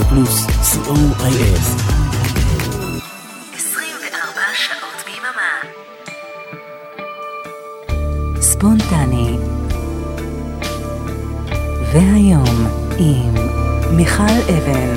רדיו פלוס, co.il. 24 שעות ביממה. ספונטני. והיום עם מיכל אבן.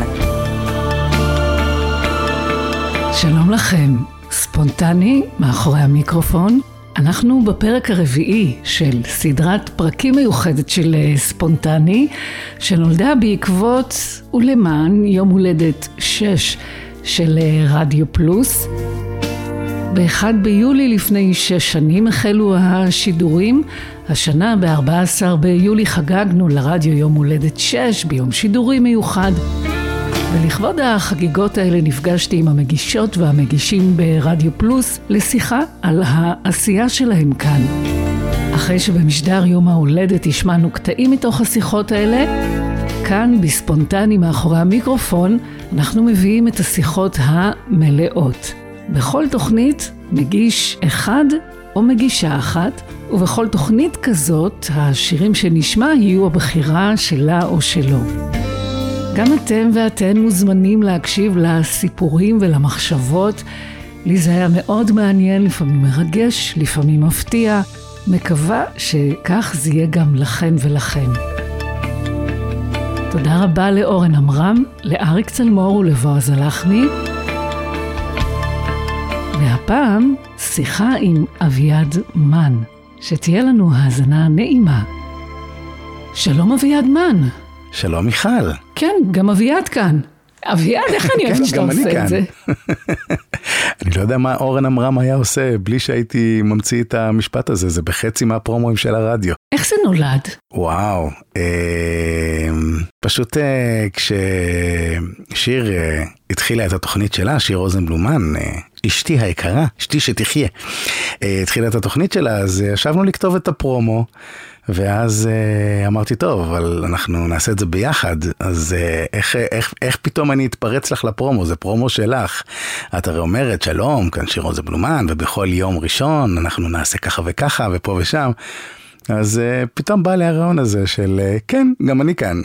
שלום לכם, ספונטני מאחורי המיקרופון. אנחנו בפרק הרביעי של סדרת פרקים מיוחדת של ספונטני, שנולדה בעקבות ולמען יום הולדת 6 של רדיו פלוס. ב-1 ביולי לפני 6 שנים החלו השידורים. השנה ב-14 ביולי חגגנו לרדיו יום הולדת 6 ביום שידורי מיוחד. ולכבוד החגיגות האלה נפגשתי עם המגישות והמגישים ברדיו פלוס לשיחה על העשייה שלהם כאן. אחרי שבמשדר יום ההולדת השמענו קטעים מתוך השיחות האלה, כאן בספונטני מאחורי המיקרופון אנחנו מביאים את השיחות המלאות. בכל תוכנית מגיש אחד או מגישה אחת, ובכל תוכנית כזאת השירים שנשמע יהיו הבחירה שלה או שלו. גם אתם ואתן מוזמנים להקשיב לסיפורים ולמחשבות. לי זה היה מאוד מעניין, לפעמים מרגש, לפעמים מפתיע. מקווה שכך זה יהיה גם לכן ולכם. תודה רבה לאורן אמרם, לאריק צלמור ולבועז הלחמי. והפעם שיחה עם אביעד מן, שתהיה לנו האזנה נעימה. שלום אביעד מן. שלום מיכל. כן, גם אביעד כאן. אביעד, איך אני אוהבת שאתה עושה את זה? אני לא יודע מה אורן אמרם היה עושה בלי שהייתי ממציא את המשפט הזה, זה בחצי מהפרומואים של הרדיו. איך זה נולד? וואו, פשוט כששיר התחילה את התוכנית שלה, שיר רוזנבלומן, אשתי היקרה, אשתי שתחיה, התחילה את התוכנית שלה, אז ישבנו לכתוב את הפרומו, ואז אמרתי, טוב, אבל אנחנו נעשה את זה ביחד, אז איך פתאום אני אתפרץ לך לפרומו? זה פרומו שלך. את הרי אומרת, שלום, כאן שיר רוזנבלומן, ובכל יום ראשון אנחנו נעשה ככה וככה, ופה ושם. אז פתאום בא לי הרעיון הזה של, כן, גם אני כאן.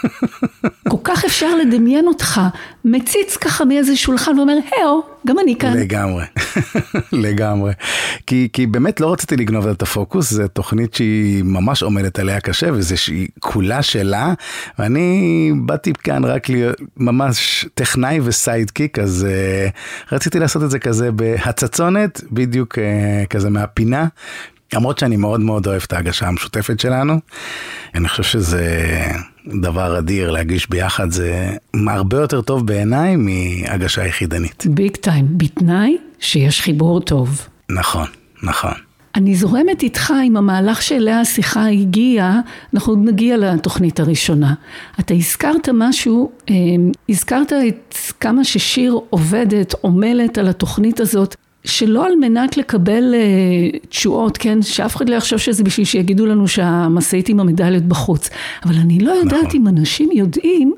כל כך אפשר לדמיין אותך, מציץ ככה מאיזה שולחן ואומר, היו, גם אני כאן. לגמרי, לגמרי. כי באמת לא רציתי לגנוב את הפוקוס, זו תוכנית שהיא ממש עומדת עליה קשה, וזה שהיא כולה שלה, ואני באתי כאן רק להיות ממש טכנאי וסיידקיק, אז רציתי לעשות את זה כזה בהצצונת, בדיוק כזה מהפינה, למרות שאני מאוד מאוד אוהב את ההגשה המשותפת שלנו. אני חושב שזה דבר אדיר להגיש ביחד, זה הרבה יותר טוב בעיניי מהגשה יחידנית. ביג טיים, בתנאי שיש חיבור טוב. נכון, נכון. אני זורמת איתך עם המהלך שאליה השיחה הגיעה, אנחנו נגיע לתוכנית הראשונה. אתה הזכרת משהו, הזכרת את כמה ששיר עובדת, עומלת על התוכנית הזאת, שלא על מנת לקבל תשואות, כן? שאף אחד לא יחשוב שזה בשביל שיגידו לנו שהמסעית עם המדליות בחוץ. אבל אני לא יודעת אם אנשים יודעים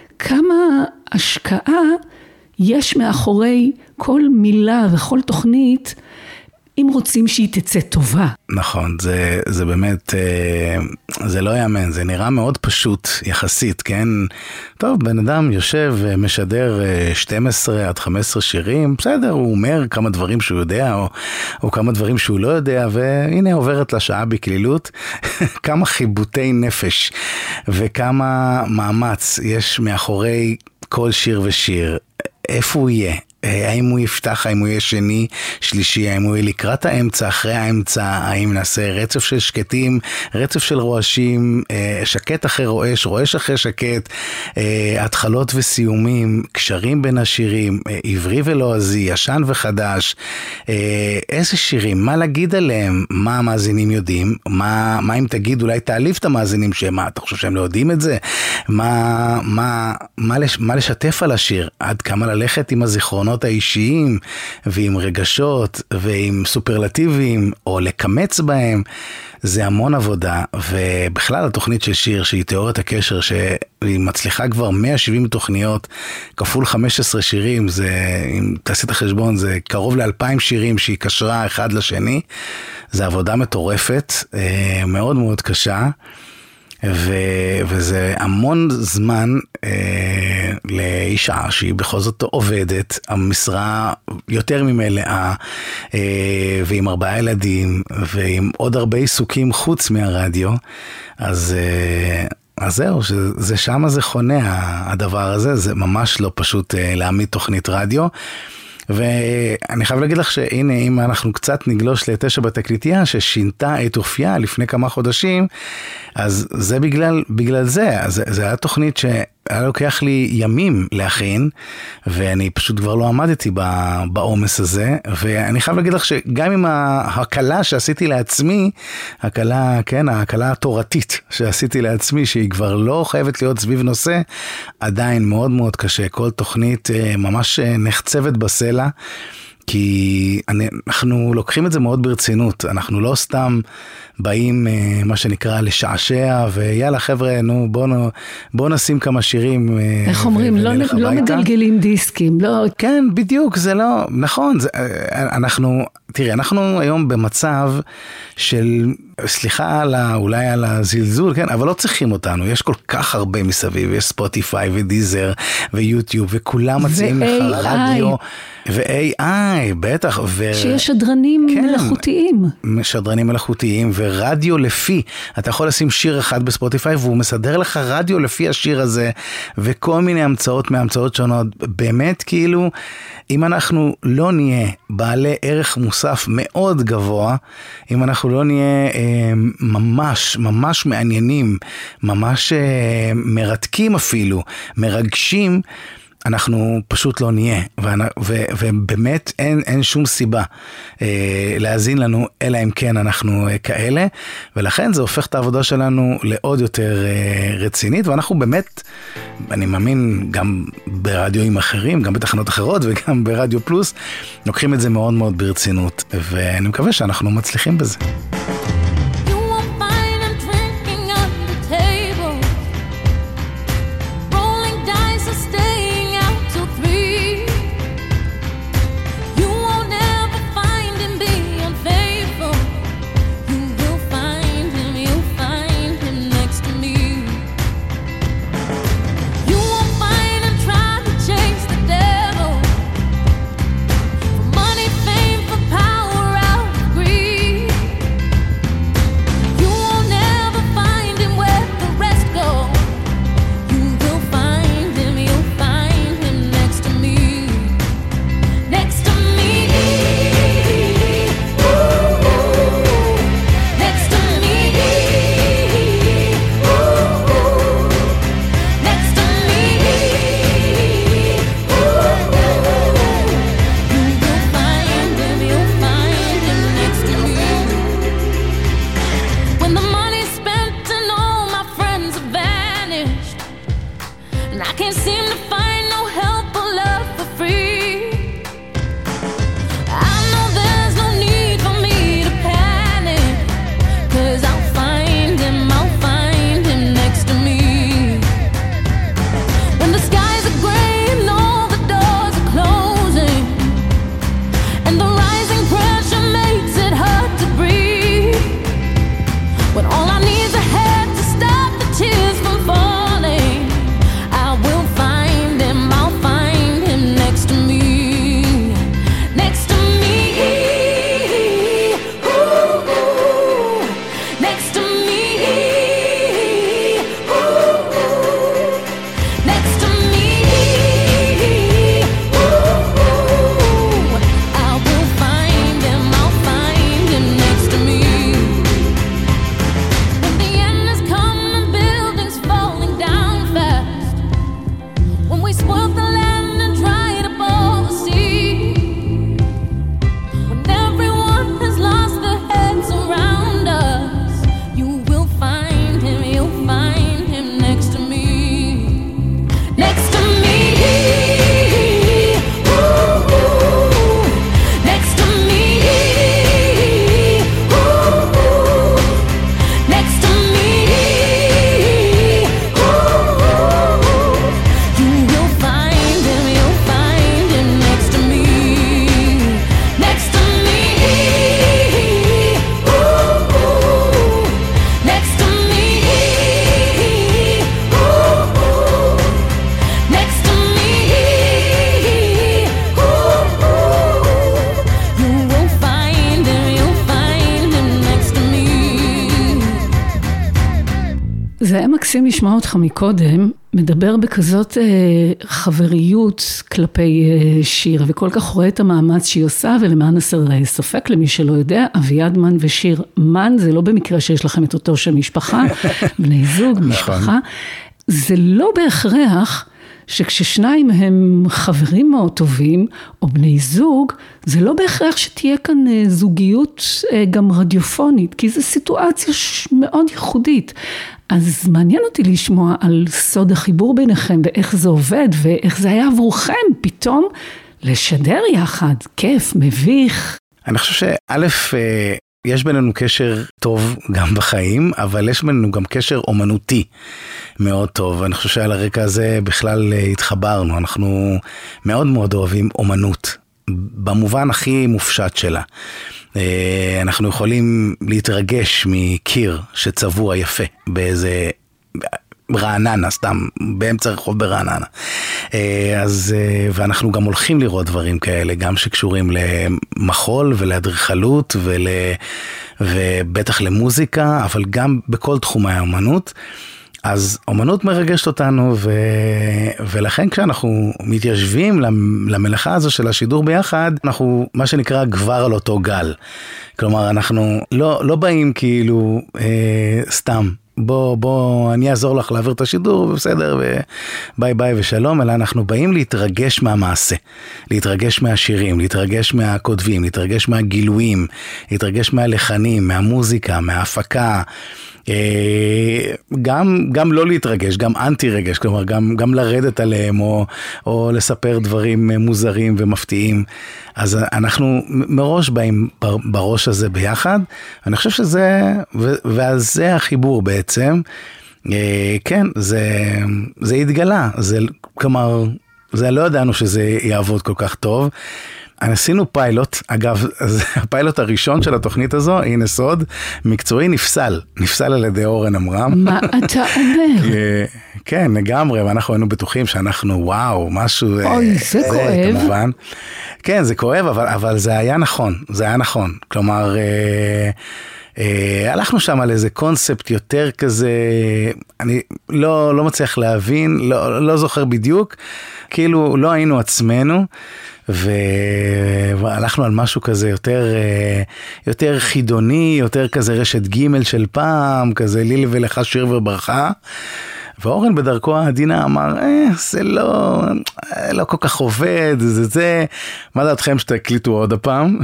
כמה השקעה יש מאחורי כל מילה וכל תוכנית, אם רוצים שהיא תצא טובה. נכון, זה באמת, זה לא יאמן, זה נראה מאוד פשוט יחסית, כן? טוב, בן אדם יושב ומשדר 12 עד 15 שירים, בסדר, הוא אומר כמה דברים שהוא יודע, או כמה דברים שהוא לא יודע, והנה עוברת לשעה בקלילות, כמה חיבוטי נפש, וכמה מאמץ יש מאחורי כל שיר ושיר, איפה הוא יהיה? האם הוא יפתח, האם הוא יהיה שני, שלישי, האם הוא יהיה לקראת האמצע, אחרי האמצע, האם נעשה רצף של שקטים, רצף של רועשים, שקט אחרי רועש, רועש אחרי שקט, התחלות וסיומים, קשרים בין השירים, עברי ולועזי, ישן וחדש, איזה שירים, מה להגיד עליהם, מה המאזינים יודעים, מה אם תגיד, אולי תעליף את המאזינים שמה, אתה חושב שהם לא יודעים את זה, מה לשתף על השיר, עד כמה ללכת עם הזיכרונות האישיים ועם רגשות ועם סופרלטיבים או לקמץ בהם, זה המון עבודה. ובכלל התוכנית של שיר שהיא תיאוריית הקשר שהיא מצליחה כבר 170 תוכניות כפול 15 שירים, זה, אם תעשי את החשבון, זה קרוב ל2,000 שירים שהיא קשרה אחד לשני, זה עבודה מטורפת, מאוד מאוד קשה, וזה המון זמן לאישה שהיא בכל זאת עובדת, המשרה יותר ממלאה, ועם 4 ילדים, ועם עוד הרבה עיסוקים חוץ מהרדיו, אז זהו, שזה שמה זה חונה הדבר הזה, זה ממש לא פשוט להעמיד תוכנית רדיו, ואני חייב להגיד לך שהנה, אם אנחנו קצת נגלוש ל9 בתקליטייה, ששינתה את אופייה לפני כמה חודשים, אז זה בגלל זה, זה היה תוכנית שהיה לוקח לי ימים להכין, ואני פשוט כבר לא עמדתי בעומס הזה, ואני חייב להגיד לך שגם עם ההקלה שעשיתי לעצמי, ההקלה התורתית שעשיתי לעצמי, שהיא כבר לא חייבת להיות סביב נושא, עדיין מאוד מאוד קשה, כל תוכנית ממש נחצבת בסלע, כי אנחנו לוקחים את זה מאוד ברצינות, אנחנו לא סתם באים מה שנקרא לשעשע, ויאללה חבר'ה, נו בוא נשים כמה שירים. איך אומרים, לא מגלגלים דיסקים, לא. כן, בדיוק, זה לא, נכון, אנחנו היום במצב של, סליחה אולי על הזלזול, כן, אבל לא צריכים אותנו, יש כל כך הרבה מסביב, יש ספוטיפיי ודיזר ויוטיוב, וכולם מציעים לך רדיו, ו-AI, בטח. שיש שדרנים מלאכותיים. שדרנים מלאכותיים, ורדיו לפי, אתה יכול לשים שיר אחד בספוטיפיי, והוא מסדר לך רדיו לפי השיר הזה, וכל מיני המצאות מהמצאות שונות, באמת כאילו, אם אנחנו לא נהיה בעלי ערך מוסף מאוד גבוה, אם אנחנו לא נהיה ממש מעניינים, ממש מרתקים אפילו, מרגשים, אנחנו פשוט לא נהיה, ובאמת אין שום סיבה להאזין לנו, אלא אם כן אנחנו כאלה, ולכן זה הופך את העבודה שלנו לעוד יותר רצינית, ואנחנו באמת, אני מאמין גם ברדיואים אחרים, גם בתחנות אחרות וגם ברדיו פלוס, לוקחים את זה מאוד מאוד ברצינות, ואני מקווה שאנחנו מצליחים בזה. זה היה מקסים לשמוע אותך מקודם, מדבר בכזאת חבריות כלפי שיר, וכל כך רואה את המאמץ שהיא עושה, ולמען הסר ספק למי שלא יודע, אביעד מן ושיר מן, זה לא במקרה שיש לכם את אותו שם משפחה, בני זוג, משפחה, זה לא בהכרח שכששניים הם חברים מאוד טובים, או בני זוג, זה לא בהכרח שתהיה כאן זוגיות גם רדיופונית, כי זו סיטואציה מאוד ייחודית. אז מעניין אותי לשמוע על סוד החיבור ביניכם, ואיך זה עובד, ואיך זה היה עבורכם פתאום לשדר יחד, כיף, מביך. אני חושב שא' יש בינינו קשר טוב גם בחיים, אבל יש בינינו גם קשר אומנותי מאוד טוב. אני חושב שעל הרקע הזה בכלל התחברנו. אנחנו מאוד מאוד אוהבים אומנות, במובן הכי מופשט שלה. אנחנו יכולים להתרגש מקיר שצבוע יפה באיזה רעננה, סתם באמצע רחוב ברעננה. ואנחנו גם הולכים לראות דברים כאלה, גם שקשורים למחול ולאדריכלות ובטח למוזיקה, אבל גם בכל תחומי האמנות. אז אומנות מרגשת אותנו, ולכן כשאנחנו מתיישבים למלאכה הזו של השידור ביחד, אנחנו מה שנקרא כבר על אותו גל. כלומר, אנחנו לא באים כאילו סתם, בוא אני אעזור לך להעביר את השידור, בסדר, וביי ביי ושלום, אלא אנחנו באים להתרגש מהמעשה, להתרגש מהשירים, להתרגש מהכותבים, להתרגש מהגילויים, להתרגש מהלחנים, מהמוזיקה, מההפקה, גם לא להתרגש, גם אנטי רגש, כלומר גם לרדת עליהם או לספר דברים מוזרים ומפתיעים. אז אנחנו מראש באים בראש הזה ביחד. אני חושב שזה, וזה החיבור בעצם. כן, זה התגלה. כלומר, זה לא ידענו שזה יעבוד כל כך טוב. עשינו פיילוט, אגב, הפיילוט הראשון של התוכנית הזו, הנה סוד, מקצועי נפסל על ידי אורן אמרם. מה אתה אומר? כן, לגמרי, ואנחנו היינו בטוחים שאנחנו, וואו, משהו... אוי, זה כואב. כמובן. כן, זה כואב, אבל זה היה נכון, זה היה נכון. כלומר, הלכנו שם על איזה קונספט יותר כזה, אני לא מצליח להבין, לא זוכר בדיוק, כאילו לא היינו עצמנו, והלכנו על משהו כזה יותר חידוני, יותר כזה רשת ג' של פעם, כזה לי ולך שיר וברכה. ואורן בדרכו העדינה אמר, זה לא כל כך עובד, זה, מה דעתכם שתקליטו עוד הפעם?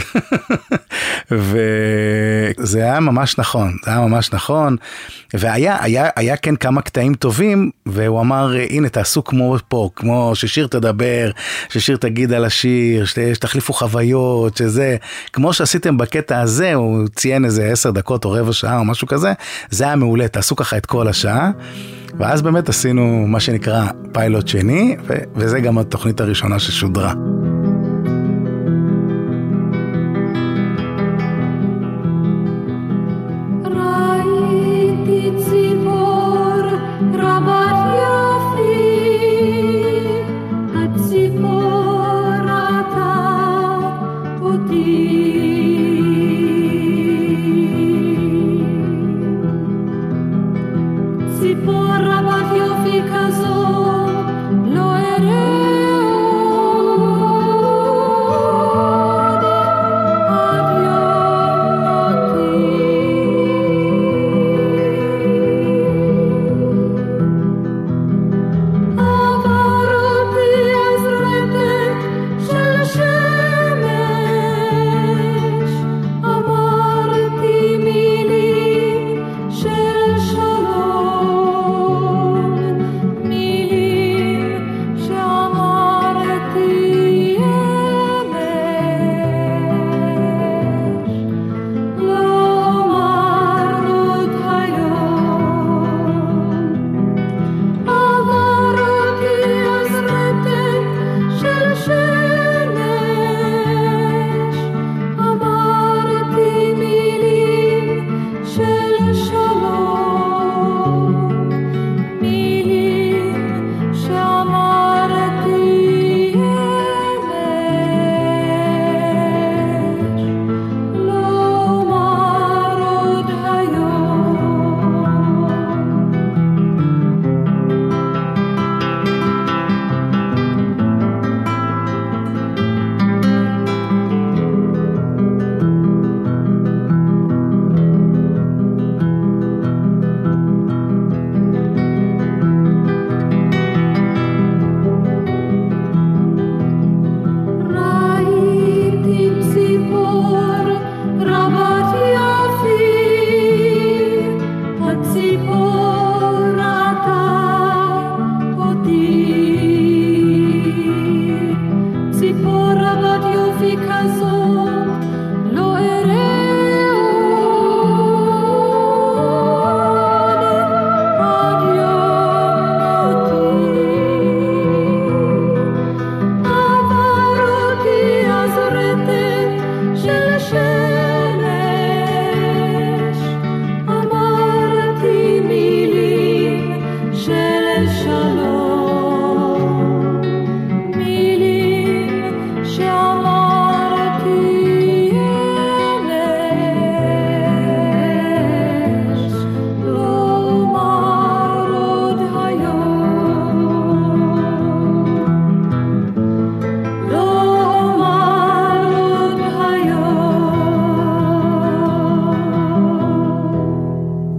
וזה היה ממש נכון, והיה כן כמה קטעים טובים, והוא אמר, הנה תעשו כמו פה, כמו ששיר תדבר, ששיר תגיד על השיר, שתחליפו חוויות, שזה, כמו שעשיתם בקטע הזה, הוא ציין איזה 10 דקות או רבע שעה או משהו כזה, זה היה מעולה, תעשו ככה את כל השעה, ואז באמת עשינו מה שנקרא פיילוט שני, וזה גם התוכנית הראשונה ששודרה.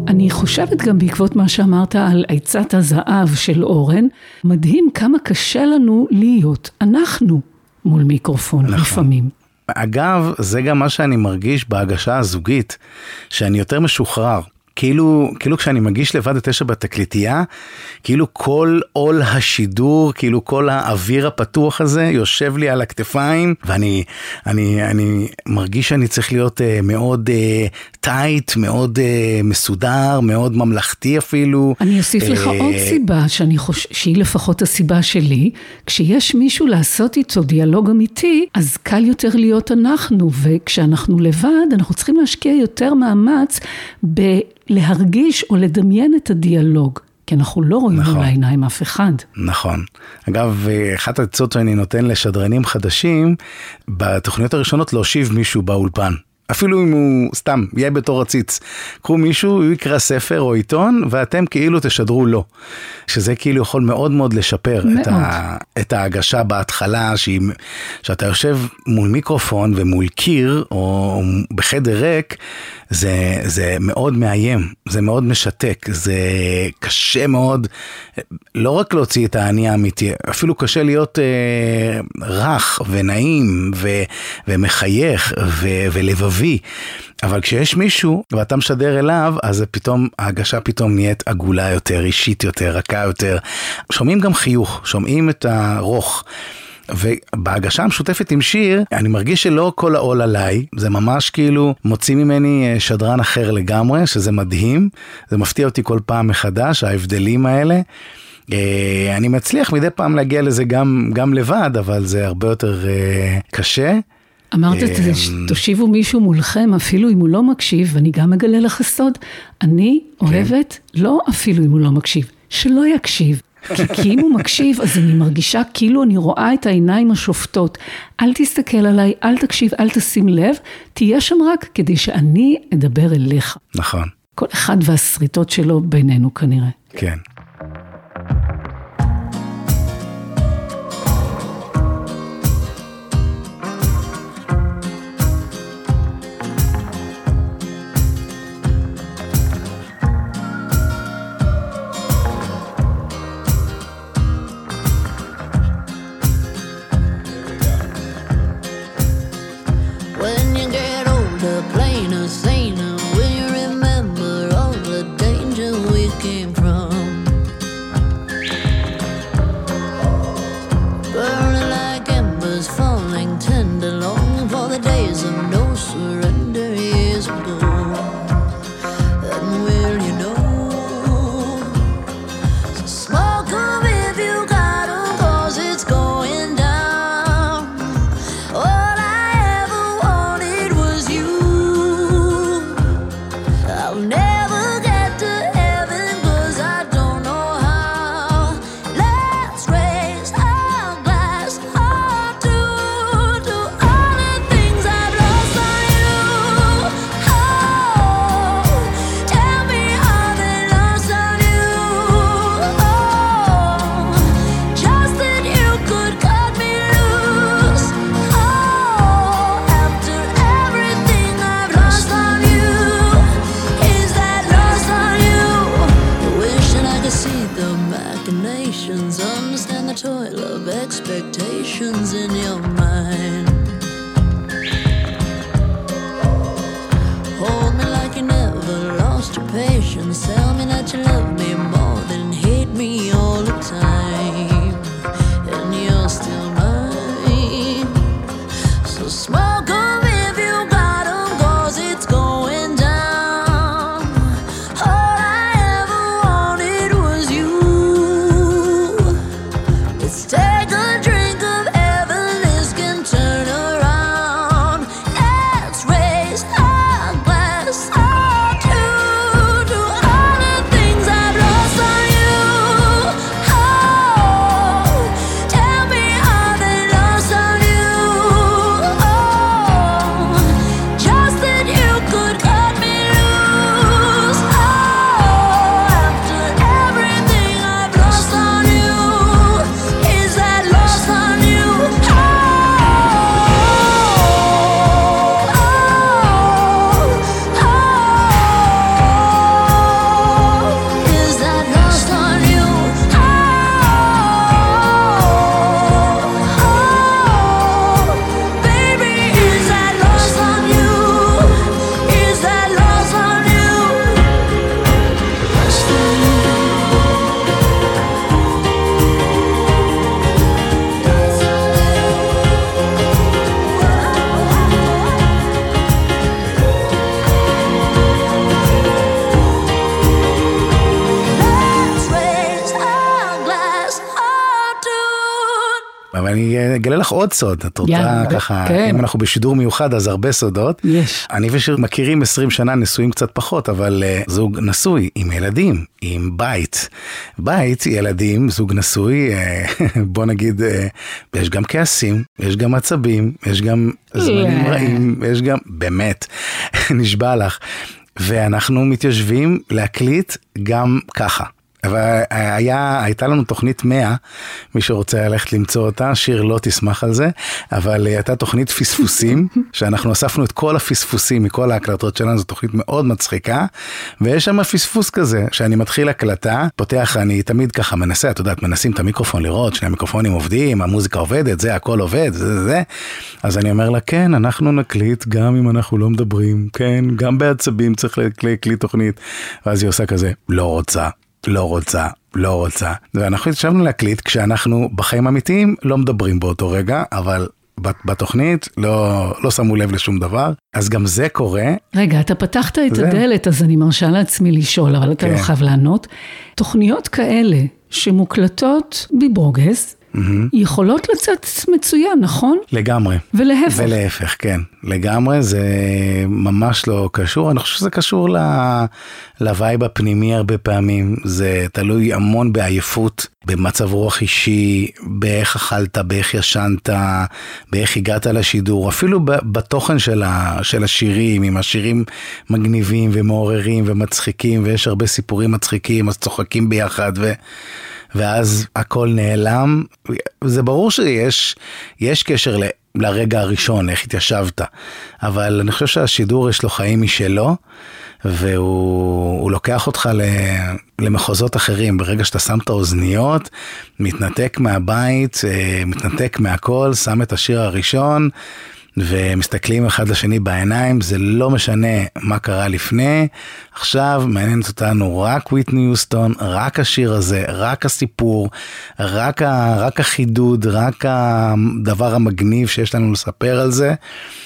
אני חושבת גם בעקבות מה שאמרת על עצת הזהב של אורן, מדהים כמה קשה לנו להיות אנחנו מול מיקרופון לפעמים. אגב, זה גם מה שאני מרגיש בהגשה הזוגית, שאני יותר משוחרר. כאילו כשאני מגיש לבד את 9 בתקליטייה, כאילו כל עול השידור, כאילו כל האוויר הפתוח הזה יושב לי על הכתפיים, ואני מרגיש שאני צריך להיות מאוד טייט, מאוד מסודר, מאוד ממלכתי אפילו. אני אוסיף לך עוד סיבה, שהיא לפחות הסיבה שלי, כשיש מישהו לעשות איתו דיאלוג אמיתי, אז קל יותר להיות אנחנו, וכשאנחנו לבד, אנחנו צריכים להשקיע יותר מאמץ להרגיש או לדמיין את הדיאלוג, כי אנחנו לא רואים מול העיניים אף אחד. נכון. אגב, אחת העצות שאני נותן לשדרנים חדשים, בתוכניות הראשונות להושיב מישהו באולפן. אפילו אם הוא סתם יהיה בתור עציץ. קחו מישהו, הוא יקרא ספר או עיתון, ואתם כאילו תשדרו לו. שזה כאילו יכול מאוד מאוד לשפר את ההגשה בהתחלה, שאתה יושב מול מיקרופון ומול קיר, או בחדר ריק, זה מאוד מאיים, זה מאוד משתק, זה קשה מאוד, לא רק להוציא את העני האמיתי, אפילו קשה להיות רך ונעים ומחייך ולבבי, אבל כשיש מישהו ואתה משדר אליו, אז פתאום ההגשה פתאום נהיית עגולה יותר, אישית יותר, רכה יותר, שומעים גם חיוך, שומעים את הרוך, ובהגשה המשותפת עם שיר, אני מרגיש שלא כל העול עליי, זה ממש כאילו מוציא ממני שדרן אחר לגמרי, שזה מדהים, זה מפתיע אותי כל פעם מחדש, ההבדלים האלה, אני מצליח מדי פעם להגיע לזה גם לבד, אבל זה הרבה יותר קשה. אמרת, תושיבו מישהו מולכם, אפילו אם הוא לא מקשיב, ואני גם אגלה לך סוד, אני אוהבת, לא אפילו אם הוא לא מקשיב, שלא יקשיב. כי אם הוא מקשיב, אז אני מרגישה כאילו אני רואה את העיניים השופטות. אל תסתכל עליי, אל תקשיב, אל תשים לב, תהיה שם רק כדי שאני אדבר אליך. נכון. כל אחד והסריטות שלו בינינו כנראה. כן. Lost ואני אגלה לך עוד סוד, את רוצה ככה, אם אנחנו בשידור מיוחד, אז הרבה סודות. יש. אני ושיר מכירים 20 שנה, נשואים קצת פחות, אבל זוג נשוי, עם ילדים, עם בית. בית, ילדים, זוג נשוי, בוא נגיד, יש גם כעסים, יש גם עצבים, יש גם זמנים רעים, יש גם, באמת, נשבע לך. ואנחנו מתיישבים להקליט גם ככה. אבל הייתה לנו תוכנית 100, מי שרוצה ללכת למצוא אותה, שיר לא תשמח על זה, אבל הייתה תוכנית פספוסים, שאנחנו אספנו את כל הפספוסים מכל ההקלטות שלנו, זו תוכנית מאוד מצחיקה, ויש שם פספוס כזה, שאני מתחיל הקלטה, פותח, אני תמיד ככה מנסה, את יודעת, מנסים את המיקרופון לראות, שני המיקרופונים עובדים, המוזיקה עובדת, זה, הכל עובד, זה. אז אני אומר לה, כן, אנחנו נקליט, גם אם אנחנו לא מדברים, כן, גם בעצבים צריך להקליט תוכנית, ואז היא עושה כזה, לא רוצה. ואנחנו ישבנו להקליט כשאנחנו בחיים אמיתיים לא מדברים באותו רגע, אבל בתוכנית לא שמו לב לשום דבר. אז גם זה קורה. רגע, אתה פתחת את הדלת, אז אני מרשה לעצמי לשאול, אבל אתה לא חייב לענות. תוכניות כאלה שמוקלטות בברוגז, יכולות לצאת מצוין, נכון? לגמרי. ולהפך, כן. לגמרי, זה ממש לא קשור. אני חושב שזה קשור לווייב הפנימי הרבה פעמים. זה תלוי המון בעייפות, במצב רוח אישי, באיך אכלת, באיך ישנת, באיך הגעת לשידור. אפילו בתוכן של השירים, עם השירים מגניבים ומעוררים ומצחיקים, ויש הרבה סיפורים מצחיקים, אז צוחקים ביחד ואז הכל נעלם. זה ברור שיש קשר לרגע הראשון, איך התיישבת, אבל אני חושב שהשידור יש לו חיים משלו, והוא לוקח אותך למחוזות אחרים. ברגע שאתה שם את האוזניות, מתנתק מהבית, מתנתק מהכל, שם את השיר הראשון, ומסתכלים אחד לשני בעיניים, זה לא משנה מה קרה לפני, עכשיו מעניינת אותנו רק וויטני יוסטון, רק השיר הזה, רק הסיפור, רק החידוד, רק הדבר המגניב שיש לנו לספר על זה,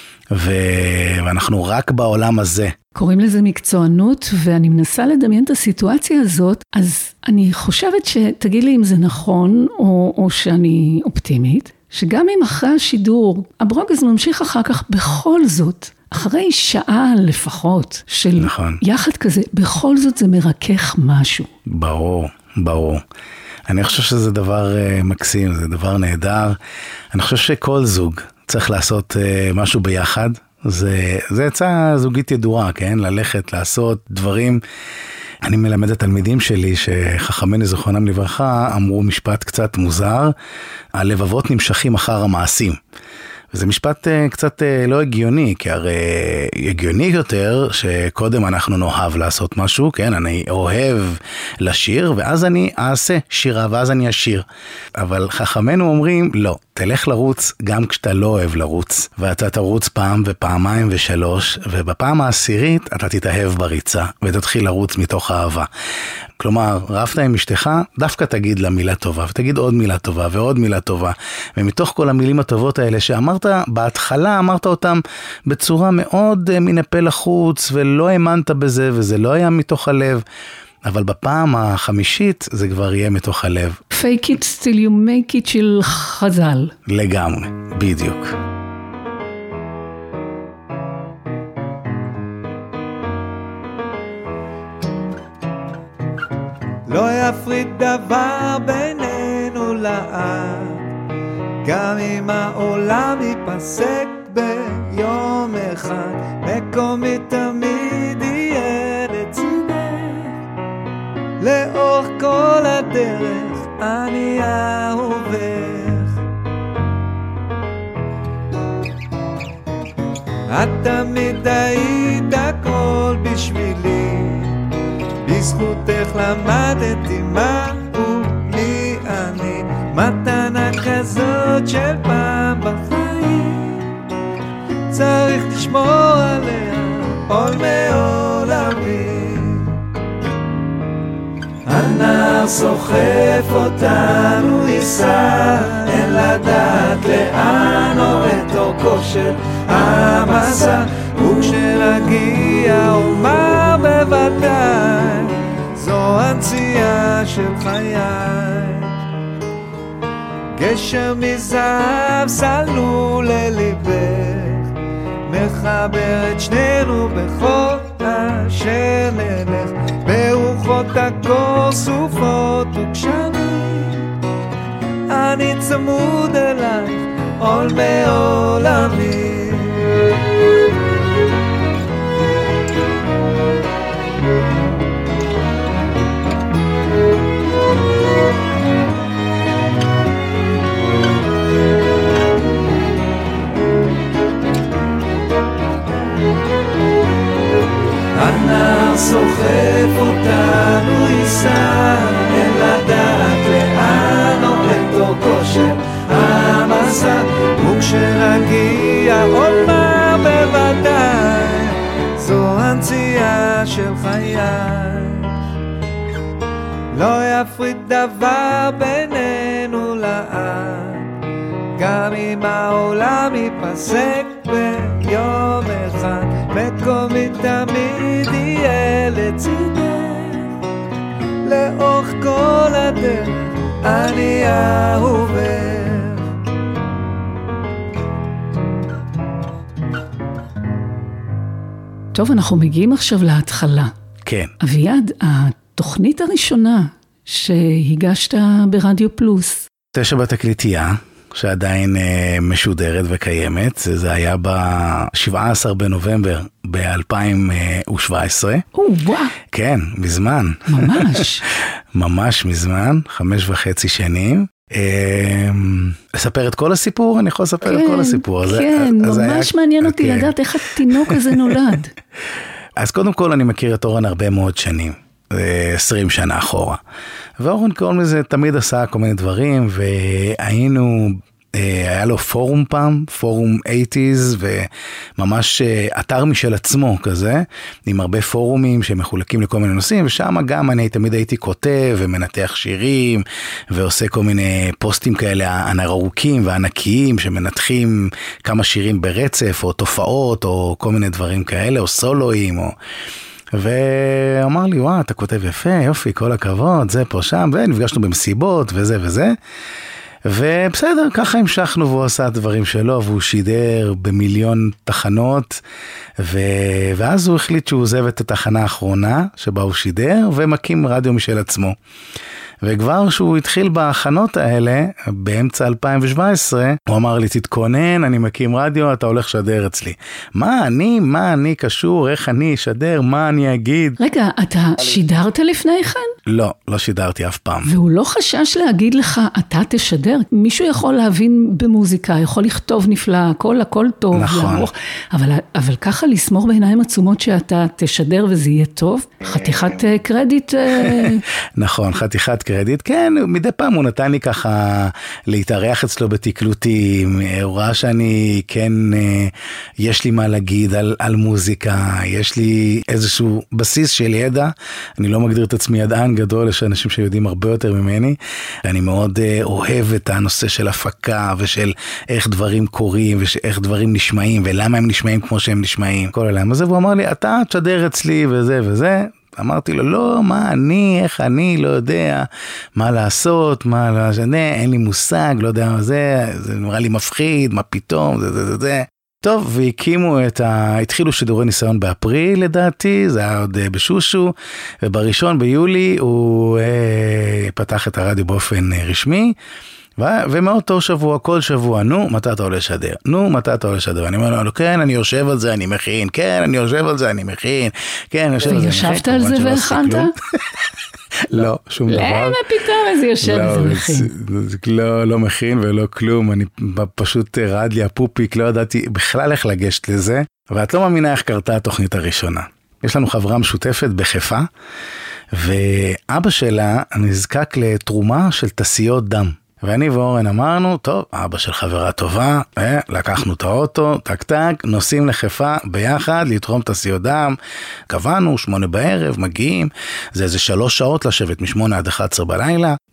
ואנחנו רק בעולם הזה. קוראים לזה מקצוענות, ואני מנסה לדמיין את הסיטואציה הזאת, אז אני חושבת שתגיד לי אם זה נכון, או שאני אופטימית, שגם אם אחרי השידור, הברוגז ממשיך אחר כך בכל זאת, אחרי שעה לפחות של נכון. יחד כזה, בכל זאת זה מרכך משהו. ברור. אני חושב שזה דבר מקסים, זה דבר נהדר. אני חושב שכל זוג צריך לעשות משהו ביחד. זה יצא זוגית ידועה, כן? ללכת, לעשות דברים. אני מלמד את תלמידים שלי שחכמינו זיכרונם לברכה אמרו משפט קצת מוזר, הלבבות נמשכים אחר המעשים. וזה משפט קצת לא הגיוני, כי הרי הגיוני יותר שקודם אנחנו נאהב לעשות משהו, כן, אני אוהב לשיר, ואז אני אעשה שירה, ואז אני אשיר. אבל חכמינו אומרים, לא, תלך לרוץ גם כשאתה לא אוהב לרוץ, ואתה תרוץ פעם ופעמיים ושלוש, ובפעם העשירית אתה תתאהב בריצה, ותתחיל לרוץ מתוך אהבה. כלומר, רבת עם אשתך, דווקא תגיד לה מילה טובה, ותגיד עוד מילה טובה ועוד מילה טובה, ומתוך כל המילים הטובות האלה שאמרת, בהתחלה אמרת אותם בצורה מאוד מן הפה לחוץ, ולא האמנת בזה, וזה לא היה מתוך הלב, אבל בפעם החמישית זה כבר יהיה מתוך הלב. Fake it till you make it של חז"ל. לגמרי, בדיוק. לא יפריד דבר בינינו לעד, גם אם העולם ייפסק ביום אחד, מקומי תמיד יהיה לצידך, לאורך כל הדרך אני אהובך. את תמיד היית הכל בשבילי, בזכותך למדתי מהו מי אני, מתנה כזאת של פעם בחיים, צריך לשמור עליה עול מעולמי. הנער סוחף אותנו ייסע, אין לדעת לאן עורד אורכו של המסע, וכשנגיע אומר בוודאי, זו הנציאה של חיי. גשר מזהב סלול לליבך, מחבר את שנינו בכל אשר נלך, ברוחות הקור סופות וגשמים, אני צמוד אלייך עול מעולמי. הנער סוחף אותנו ייסע, אין לדעת לאן עומד אורכו של המסע, וכשנגיע אומר בוודאי זו הנציאה של חיי. לא יפריד דבר בינינו לעד, גם אם העולם ייפסק ביום אחד, מקומי תמיד יהיה לצידך, לאורך כל הדרך אני אהובך. טוב, אנחנו מגיעים עכשיו להתחלה. כן. אביעד, התוכנית הראשונה שהגשת ברדיו פלוס. 9 בתקליטייה, שעדיין משודרת וקיימת, זה היה ב-17 בנובמבר ב-2017. וואו. כן, מזמן. ממש. ממש מזמן, 5.5 שנים. לספר את כל הסיפור? אני יכול לספר את כל הסיפור. כן, ממש מעניין אותי לדעת איך התינוק הזה נולד. אז קודם כל אני מכיר את אורן הרבה מאוד שנים, 20 שנה אחורה. ואורן קוראים לזה תמיד עשה כל מיני דברים, והיינו, היה לו פורום פעם, פורום 80s, וממש אתר משל עצמו כזה, עם הרבה פורומים שמחולקים לכל מיני נושאים, ושם גם אני תמיד הייתי כותב ומנתח שירים, ועושה כל מיני פוסטים כאלה ארוכים וענקיים, שמנתחים כמה שירים ברצף, או תופעות, או כל מיני דברים כאלה, או סולואים, או... ואמר לי, וואו, אתה כותב יפה, יופי, כל הכבוד, זה פה שם, ונפגשנו במסיבות וזה וזה, ובסדר, ככה המשכנו, והוא עשה דברים שלו, והוא שידר במיליון תחנות, ואז הוא החליט שהוא עוזב את התחנה האחרונה שבה הוא שידר, ומקים רדיו משל עצמו. וכבר שהוא התחיל בהכנות האלה, באמצע 2017, הוא אמר לי, תתכונן, אני מקים רדיו, אתה הולך לשדר אצלי. מה אני קשור, איך אני אשדר, מה אני אגיד? רגע, אתה שידרת לפני כן? לא שידרתי אף פעם. והוא לא חשש להגיד לך, אתה תשדר? מישהו יכול להבין במוזיקה, יכול לכתוב נפלא, הכל טוב. נכון. אבל ככה לסמור בעיניים עצומות שאתה תשדר וזה יהיה טוב? חתיכת קרדיט? נכון, חתיכת קרדיט. כן, מדי פעם הוא נתן לי ככה להתארח אצלו בתקלוטים, הוא ראה שאני, כן, יש לי מה להגיד על מוזיקה, יש לי איזשהו בסיס של ידע, אני לא מגדיר את עצמי ידען גדול, יש אנשים שיודעים הרבה יותר ממני, אני מאוד אוהב את הנושא של הפקה, ושל איך דברים קורים, ואיך דברים נשמעים, ולמה הם נשמעים כמו שהם נשמעים, כל העולם הזה, והוא אמר לי, אתה תשדר אצלי וזה וזה, אמרתי לו, לא, איך אני לא יודע מה לעשות, אין לי מושג, לא יודע מה זה נראה לי מפחיד, מה פתאום, זה. טוב, התחילו שידורי ניסיון באפריל לדעתי, זה היה עוד בשושו, ובראשון ביולי הוא פתח את הרדיו באופן רשמי, ומאותו שבוע, כל שבוע, מתי אתה עולה לשדר? אני אומר לו, כן, אני יושב על זה, אני מכין, וישבת על זה והכנת? לא, שום דבר. למה פתאום איזה יושב ומכין? לא מכין ולא כלום, אני פשוט רעד לי הפופיק, לא ידעתי בכלל איך לגשת לזה, ואת לא מאמינה איך קרתה התוכנית הראשונה. יש לנו חברה משותפת בחיפה, ואבא שלה נזקק לתרומה של תסיות דם. ואני ואורן אמרנו, טוב, אבא של חברה טובה, לקחנו את האוטו, טק, נוסעים לחיפה ביחד, לתרום תסיות דם, קבענו, 8 בערב, מגיעים, זה איזה 3 שעות לשבת, מ8 עד 11 בלילה,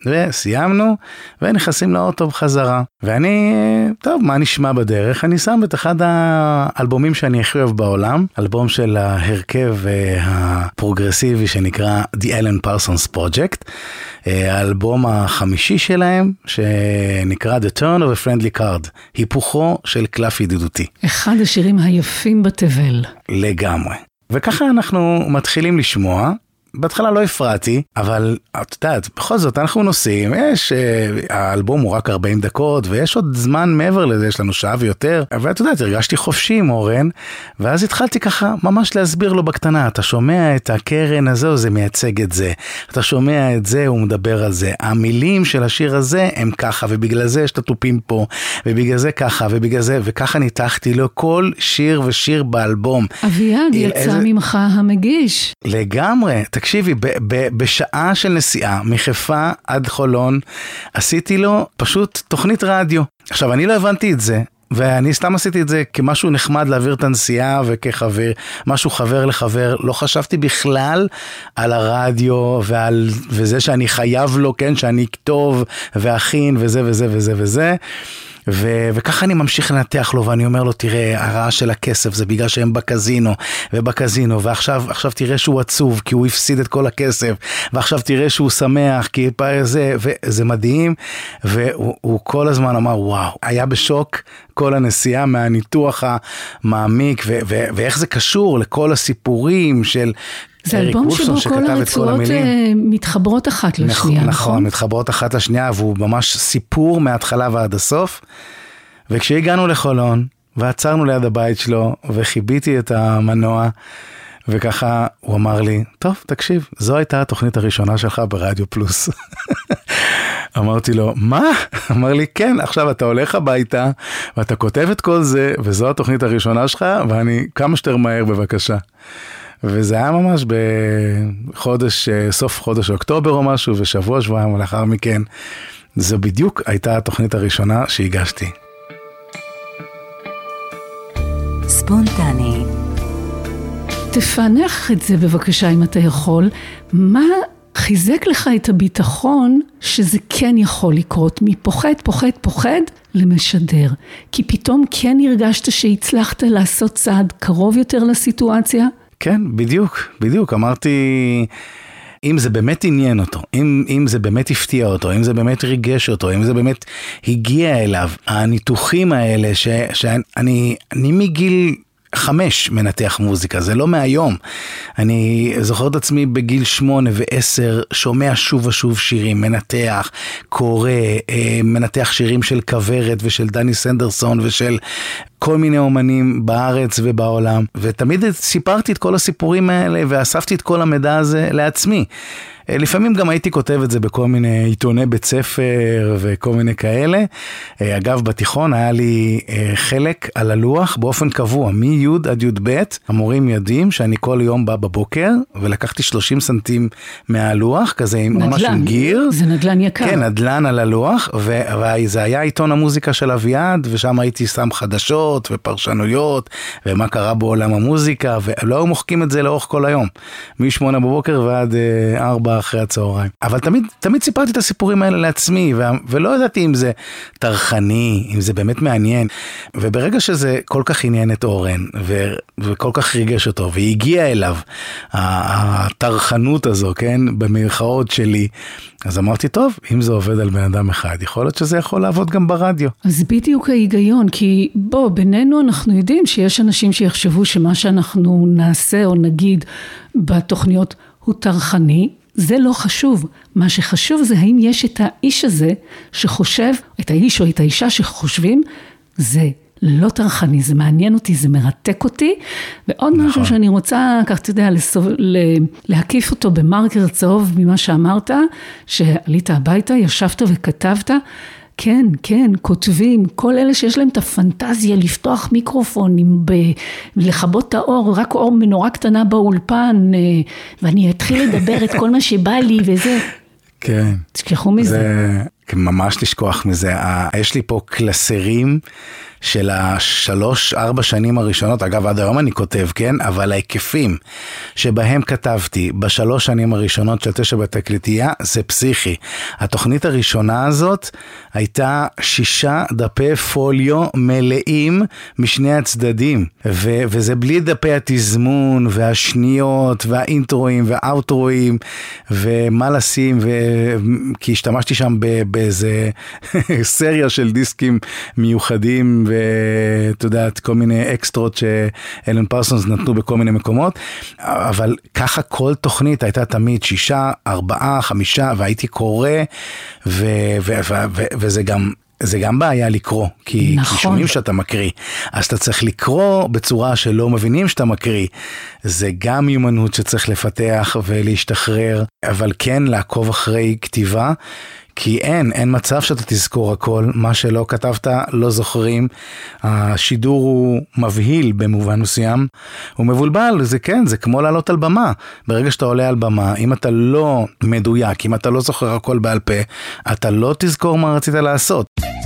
וסיימנו, ונכנסים לאוטו בחזרה. ואני, טוב, מה נשמע בדרך? אני שם את אחד האלבומים שאני הכי אוהב בעולם, אלבום של ההרכב הפרוגרסיבי שנקרא The Alan Parsons Project, האלבום החמישי שלהם, שנקרא The Turn of a Friendly Card, היפוכו של קלף ידידותי. אחד השירים היפים בתבל. לגמרי. וככה אנחנו מתחילים לשמוע, בהתחלה לא הפרעתי, אבל את יודעת, בכל זאת אנחנו נוסעים, האלבום הוא רק 40 דקות, ויש עוד זמן מעבר לזה, יש לנו שעה ויותר, אבל את יודעת, הרגשתי חופשי עם אורן, ואז התחלתי ככה ממש להסביר לו בקטנה, אתה שומע את הקרן הזה, זה מייצג את זה, אתה שומע את זה, הוא מדבר על זה, המילים של השיר הזה הם ככה, ובגלל זה יש את הטופים פה, ובגלל זה ככה, ובגלל זה, וככה ניתחתי לו כל שיר ושיר באלבום. אביעד, יצא ממך המגיש. לגמרי, תקשיבי, בשעה של נסיעה, מחיפה עד חולון, עשיתי לו פשוט תוכנית רדיו. עכשיו, אני לא הבנתי את זה, ואני סתם עשיתי את זה כמשהו נחמד להעביר את הנסיעה, וכחבר, משהו חבר לחבר, לא חשבתי בכלל על הרדיו, וזה שאני חייב לו, כן, שאני אכתוב, ואכין, וזה וזה וזה וזה. וככה אני ממשיך לנתח לו, ואני אומר לו, תראה, הרעה של הכסף זה בגלל שהם בקזינו, ועכשיו תראה שהוא עצוב, כי הוא הפסיד את כל הכסף, ועכשיו תראה שהוא שמח, כי וזה מדהים, והוא כל הזמן אמר, וואו, היה בשוק כל הנסיעה מהניתוח המעמיק, ואיך זה קשור לכל הסיפורים של זה אלבום שבו כל הרצועות מתחברות אחת לשנייה, נכון? מתחברות אחת לשנייה, והוא ממש סיפור מההתחלה ועד הסוף. וכשהגענו לחולון, ועצרנו ליד הבית שלו, וחיביתי את המנוע, וככה הוא אמר לי, טוב, תקשיב, זו הייתה התוכנית הראשונה שלך ברדיו פלוס. אמרתי לו, מה? אמר לי, כן, עכשיו אתה הולך הביתה, ואתה כותב את כל זה, וזו התוכנית הראשונה שלך, ואני כמה שתר מהר בבקשה. וזה היה ממש בחודש, סוף חודש אוקטובר או משהו, שבועיים לאחר מכן, זו בדיוק הייתה התוכנית הראשונה שהגשתי. ספונטני. תפענח את זה בבקשה אם אתה יכול. מה חיזק לך את הביטחון שזה כן יכול לקרות? פוחד למשדר. כי פתאום כן הרגשת שהצלחת לעשות צעד קרוב יותר לסיטואציה? כן, בדיוק. אמרתי, אם זה באמת עניין אותו, אם זה באמת הפתיע אותו, אם זה באמת ריגש אותו, אם זה באמת הגיע אליו, הניתוחים האלה שאני מגיל 5 מנתח מוזיקה, זה לא מהיום. אני זוכר את עצמי בגיל 8 ו10, שומע שוב ושוב שירים, מנתח, קורא, מנתח שירים של כוורת ושל דני סנדרסון ושל כל מיני אומנים בארץ ובעולם, ותמיד סיפרתי את כל הסיפורים האלה ואספתי את כל המידע הזה לעצמי. לפעמים גם הייתי כותב את זה בכל מיני עיתוני בית ספר וכל מיני כאלה. אגב, בתיכון היה לי חלק על הלוח באופן קבוע, מי' עד י"ב. המורים יודעים שאני כל יום בא בבוקר, ולקחתי 30 סנטים מהלוח, כזה עם ממש עם גיר. זה נדלן יקר. כן, נדלן על הלוח, וזה היה עיתון המוזיקה של אביעד, ושם הייתי שם חדשות ופרשנויות, ומה קרה בעולם המוזיקה, ולא היו מוחקים את זה לאורך כל היום. מ-8 בבוקר ועד 4 אחרי הצהריים. אבל תמיד סיפרתי את הסיפורים האלה לעצמי, ולא ידעתי אם זה תרחני, אם זה באמת מעניין. וברגע שזה כל כך עניין את אורן, וכל כך ריגש אותו, והגיע אליו התרחנות הזו, כן, במרכאות שלי, אז אמרתי, טוב, אם זה עובד על בן אדם אחד, יכול להיות שזה יכול לעבוד גם ברדיו. אז בדיוק ההיגיון, כי בינינו אנחנו יודעים שיש אנשים שיחשבו שמה שאנחנו נעשה או נגיד בתוכניות הוא תרחני, זה לא חשוב. מה שחשוב זה האם יש את האיש הזה שחושב, את האיש או את האישה שחושבים, זה לא תרחני, זה מעניין אותי, זה מרתק אותי. ועוד נכון. משהו שאני רוצה, כך אתה יודע, להקיף אותו במרקר צהוב ממה שאמרת, שעלית הביתה, ישבת וכתבת, כן, כותבים, כל אלה שיש להם את הפנטזיה לפתוח מיקרופונים, לכבות את האור, רק אור מנורה קטנה באולפן, ואני אתחיל לדבר את כל מה שבא לי וזה. כן. תשכחו מזה. זה ממש לשכוח מזה. יש לי פה קלסרים של 3-4 שנים הראשונות, אגב עד היום אני כותב, כן? אבל ההיקפים שבהם כתבתי ב3 שנים הראשונות של 9 בתקליטייה, זה פסיכי. התוכנית הראשונה הזאת הייתה 6 דפי פוליו מלאים משני הצדדים, וזה בלי דפי התזמון והשניות והאינטרואים והאוטרואים ומה לשים, כי השתמשתי שם באיזה סריה של דיסקים מיוחדים, ואתה יודעת, כל מיני אקסטרות שאלן פרסונס נתנו בכל מיני מקומות, אבל ככה כל תוכנית הייתה תמיד 6, 4, 5, והייתי קורא, וזה גם בעיה לקרוא, כי שומעים שאתה מקריא, אז אתה צריך לקרוא בצורה שלא מבינים שאתה מקריא, זה גם מיומנות שצריך לפתח ולהשתחרר, אבל כן לעקוב אחרי כתיבה, כי אין מצב שאתה תזכור הכל, מה שלא כתבת לא זוכרים, השידור הוא מבהיל במובן מסוים, הוא מבולבל, זה כן, זה כמו לעלות על במה, ברגע שאתה עולה על במה, אם אתה לא מדויק, אם אתה לא זוכר הכל בעל פה, אתה לא תזכור מה רצית לעשות.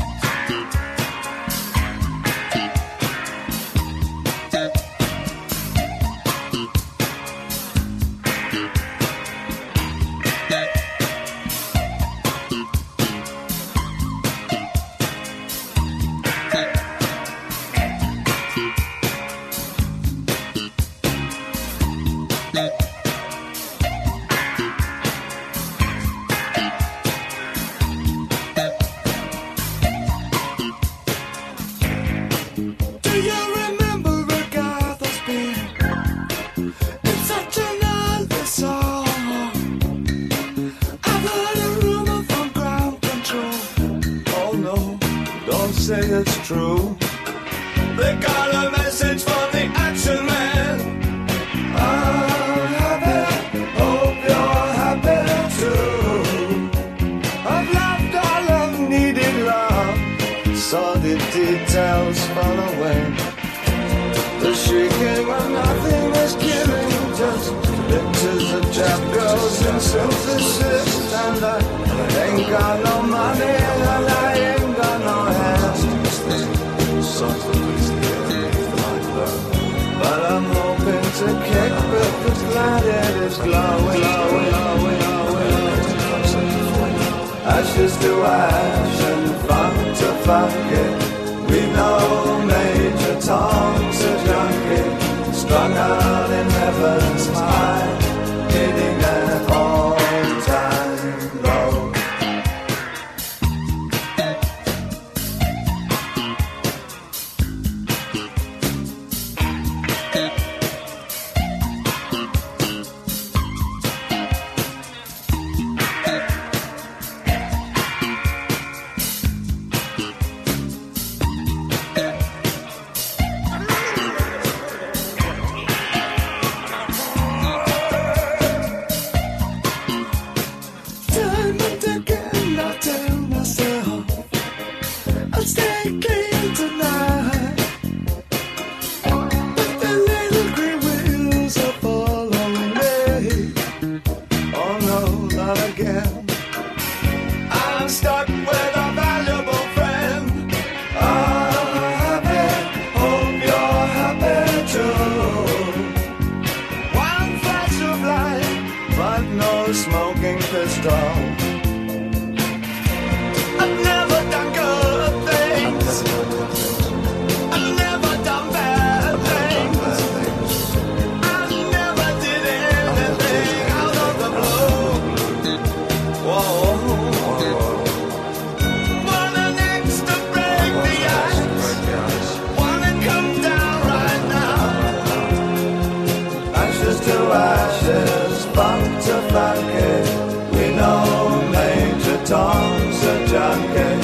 Say it's true. They got a message from the action man. I'm happy, hope you're happy too. I've loved all of needed love, saw the details fall away. The shrieking when nothing is killing, just pictures of chap girls and synthesis. And I ain't got no money and I ain't got no hands. But I'm hoping to kick because glad it is glowing. Ashes to ash and funk to funk it. We know Major Tom's a junkie, strung out in heaven's high, hitting an all-time low. Smoking pistol. I've never done good things. I've never done bad things. I never did anything out of the blue. Whoa. Wanna next to break the ice. Wanna come down right now. Ashes to ashes, funk to funk it. We know Major Tom's a junkie.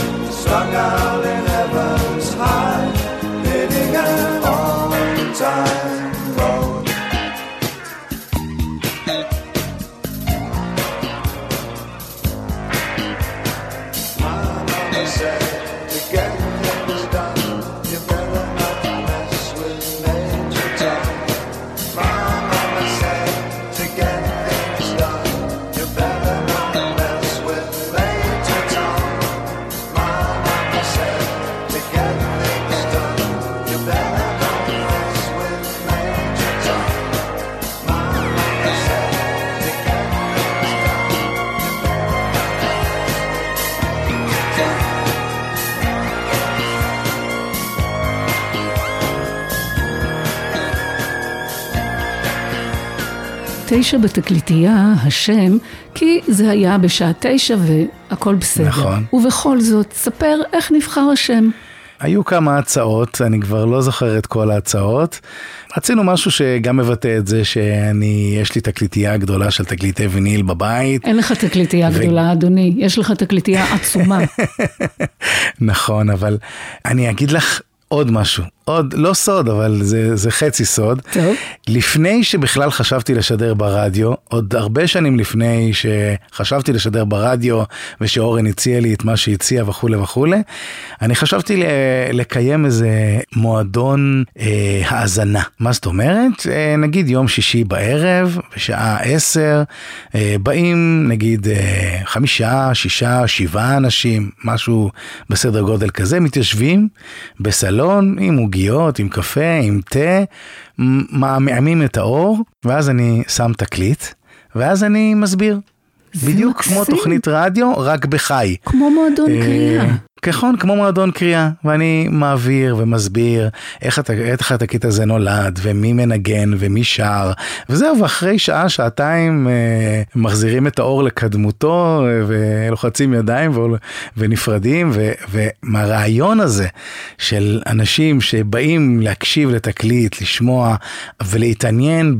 9 בתקליטייה השם, כי זה היה בשעה 9 והכל בסדר. נכון. ובכל זאת, ספר איך נבחר השם. היו כמה הצעות, אני כבר לא זוכר את כל ההצעות. רצינו משהו שגם מבטא את זה יש לי תקליטייה גדולה של תקליטי ויניל בבית. אין לך תקליטייה גדולה, אדוני, יש לך תקליטייה עצומה. נכון, אבל אני אגיד לך עוד משהו, עוד לא סוד, אבל זה חצי סוד. טוב. לפני שבכלל חשבתי לשדר ברדיו, עוד הרבה שנים לפני שחשבתי לשדר ברדיו, ושאורן הציע לי את מה שהציע וכו' וכו', אני חשבתי לקיים איזה מועדון האזנה. מה זאת אומרת? נגיד יום שישי בערב, בשעה 10, באים נגיד 5, 6, 7 אנשים, משהו בסדר גודל כזה, מתיישבים בסלון עם עוגיות, עם קפה, עם תה, מעמים את האור, ואז אני שם תקליט, ואז אני מסביר. בדיוק מקסים. כמו תוכנית רדיו, רק בחי. כמו מועדון קריאה. ככון, כמו מועדון קריאה, ואני מעביר ומסביר איך התקליט הזה נולד, ומי מנגן ומי שר, וזהו, ואחרי שעה, שעתיים מחזירים את האור לקדמותו, ולוחצים ידיים ונפרדים, ומהרעיון הזה של אנשים שבאים להקשיב לתקליט, לשמוע ולהתעניין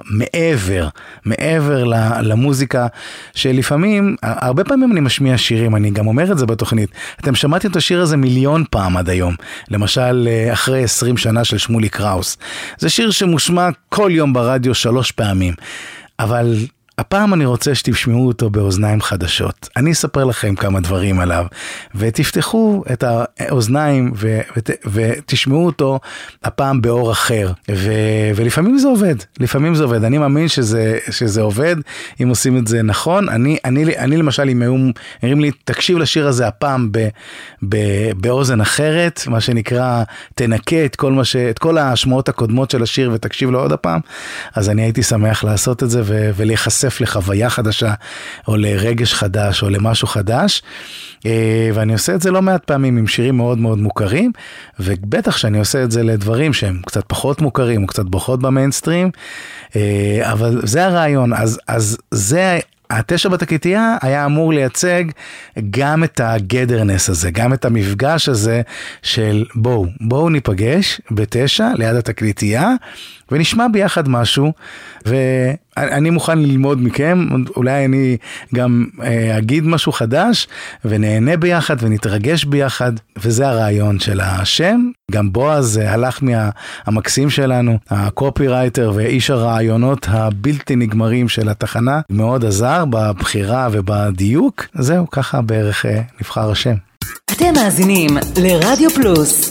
מעבר למוזיקה, שלפעמים, הרבה פעמים אני משמיע שירים, אני גם אומר את זה בתוכנית, אתם שמעתם את השיר הזה מיליון פעם עד היום, למשל אחרי 20 שנה של שמולי קראוס. זה שיר שמושמע כל יום ברדיו 3 פעמים, אבל הפעם אני רוצה שתשמעו אותו באוזניים חדשות. אני אספר לכם כמה דברים עליו, ותפתחו את האוזניים ותשמעו אותו הפעם באור אחר. ולפעמים זה עובד, לפעמים זה עובד. אני מאמין שזה עובד, אם עושים את זה נכון. אני למשל, אם אומרים לי, תקשיב לשיר הזה הפעם באוזן אחרת, מה שנקרא, תנקה את כל השמועות הקודמות של השיר ותקשיב לו עוד הפעם, אז אני הייתי שמח לעשות את זה ולהיחשף לחוויה חדשה, או לרגש חדש, או למשהו חדש, ואני עושה את זה לא מעט פעמים עם שירים מאוד מאוד מוכרים, ובטח שאני עושה את זה לדברים שהם קצת פחות מוכרים, או קצת פחות במיינסטרים, אבל זה הרעיון. אז זה 9 בתקליטייה היה אמור לייצג גם את הגדרנס הזה, גם את המפגש הזה של בואו ניפגש ב9 ליד התקליטייה, ונשמע ביחד משהו, ואני מוכן ללמוד מכם, אולי אני גם אגיד משהו חדש, ונהנה ביחד ונתרגש ביחד, וזה הרעיון של השם. גם בועז הלך מהמקסים שלנו, הקופירייטר ואיש הרעיונות הבלתי נגמרים של התחנה, מאוד עזר בבחירה ובדיוק. זהו, ככה בערך נבחר השם. אתם מאזינים לרדיו פלוס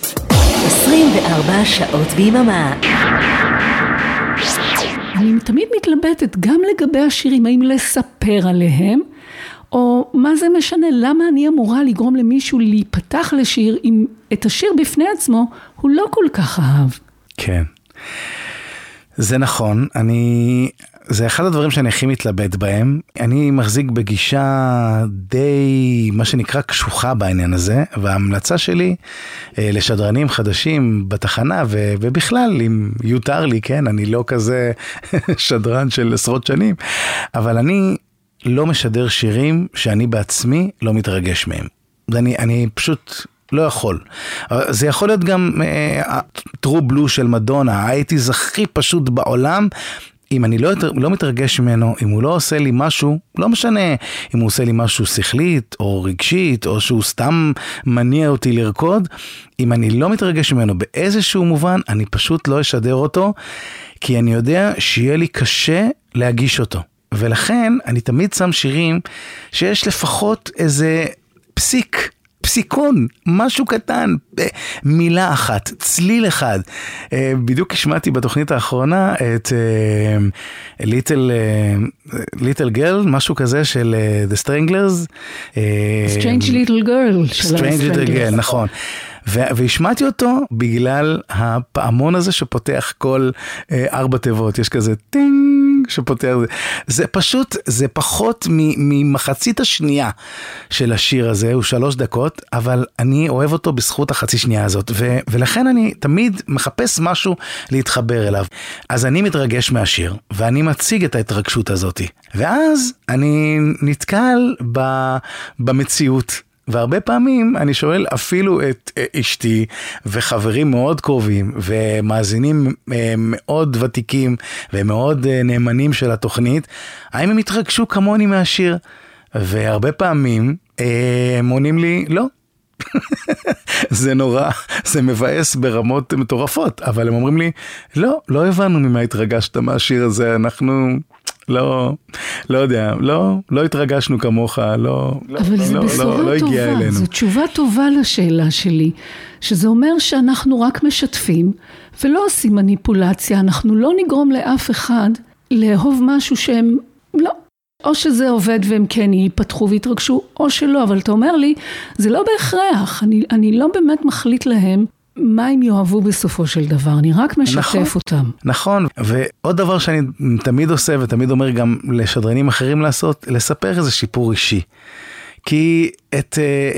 24 שעות ביממה. אני תמיד מתלבטת גם לגבי השירים, האם לספר עליהם, או מה זה משנה, למה אני אמורה לגרום למישהו להיפתח לשיר, אם את השיר בפני עצמו הוא לא כל כך אהב. כן, זה נכון, זה אחד הדברים שאני הכי מתלבט בהם. אני מחזיק בגישה די, מה שנקרא, קשוחה בעניין הזה, וההמלצה שלי לשדרנים חדשים בתחנה, ובכלל, אם יותר לי, כן, אני לא כזה שדרן של עשרות שנים, אבל אני לא משדר שירים שאני בעצמי לא מתרגש מהם. אני פשוט לא יכול. זה יכול להיות גם טרו בלו של מדונה, ה-80s הכי פשוט בעולם, אם אני לא מתרגש ממנו, אם הוא לא עושה לי משהו, לא משנה אם הוא עושה לי משהו שכלית או רגשית, או שהוא סתם מניע אותי לרקוד, אם אני לא מתרגש ממנו באיזשהו מובן, אני פשוט לא אשדר אותו, כי אני יודע שיהיה לי קשה להגיש אותו. ולכן אני תמיד שם שירים שיש לפחות איזה פסיקון, משהו קטן, מילה אחת, צליל אחד. בדיוק השמעתי בתוכנית האחרונה את Little Girl, משהו כזה של The Stranglers. Strange Little Girl. Strange Little Girl, נכון. והשמעתי אותו בגלל הפעמון הזה שפותח כל 4 תיבות. יש כזה טינג, שפותר זה. זה פשוט, זה פחות ממחצית השנייה של השיר הזה, הוא 3 דקות, אבל אני אוהב אותו בזכות החצי שנייה הזאת, ולכן אני תמיד מחפש משהו להתחבר אליו. אז אני מתרגש מהשיר, ואני מציג את ההתרגשות הזאת, ואז אני נתקל במציאות, והרבה פעמים אני שואל אפילו את אשתי וחברים מאוד קרובים ומאזינים מאוד ותיקים ומאוד נאמנים של התוכנית, האם הם התרגשו כמוני מהשיר? והרבה פעמים הם עונים לי לא. זה נורא, זה מבאס ברמות מטורפות, אבל הם אומרים לי, לא הבנו ממה התרגשת מהשיר הזה, אנחנו לא יודע, לא התרגשנו כמוך, אבל זה בשורה טובה, זו תשובה טובה לשאלה שלי, שזה אומר שאנחנו רק משתפים, ולא עושים מניפולציה, אנחנו לא נגרום לאף אחד לאהוב משהו שהם לא, או שזה עובד והם כן ייפתחו והתרגשו, או שלא, אבל אתה אומר לי, זה לא בהכרח, אני לא באמת מחליט להם מה הם יאהבו בסופו של דבר, אני רק משתף אותם. נכון, ועוד דבר שאני תמיד עושה ותמיד אומר גם לשדרנים אחרים לעשות, לספר איזה שיפור אישי. כי את,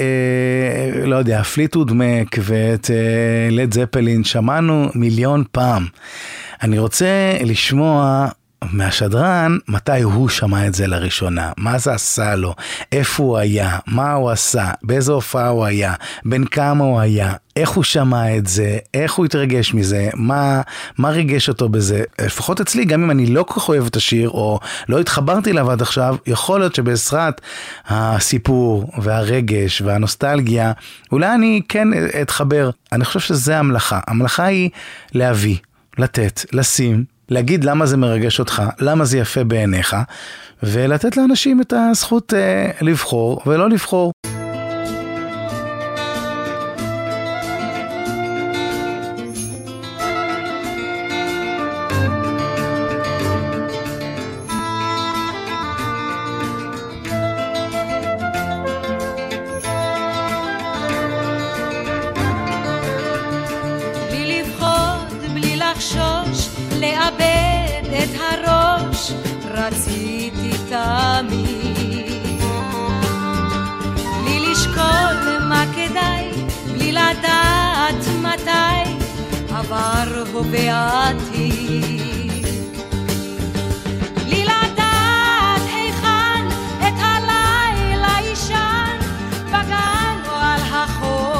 לא יודע, פליטווד מק ואת לד זפלין שמענו מיליון פעם. אני רוצה לשמוע מהשדרן, מתי הוא שמע את זה לראשונה, מה זה עשה לו, איפה הוא היה, מה הוא עשה, באיזו הופעה הוא היה, בין כמה הוא היה, איך הוא שמע את זה, איך הוא התרגש מזה, מה ריגש אותו בזה. לפחות אצלי, גם אם אני לא כל כך אוהב את השיר, או לא התחברתי אליו עד עכשיו, יכול להיות שבעזרת הסיפור והרגש והנוסטלגיה, אולי אני כן אתחבר. אני חושב שזה המלאכה. המלאכה היא להביא, לתת, לשים, להגיד למה זה מרגש אותך, למה זה יפה בעיניך, ולתת לאנשים את הזכות לבחור ולא לבחור. בלי לבחור, בלי לחשוש, לאבד את הראש, רציתי תמיד. בלי לשקול מה כדאי, בלי לדעת מתי, עבר הווה עתיד. בלי לדעת היכן את הלילה ישן, בגן או על החוף.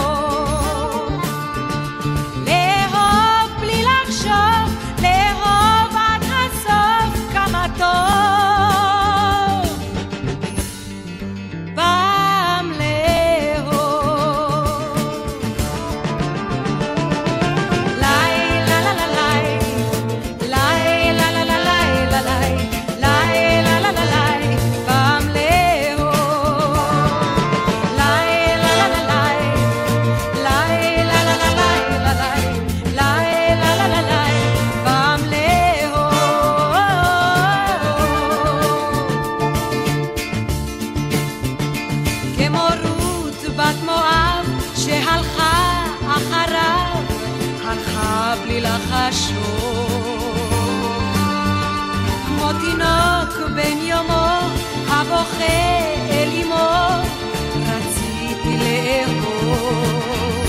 כמו תינוק בן יומו הבוכה אל אמו, רציתי לאהוב,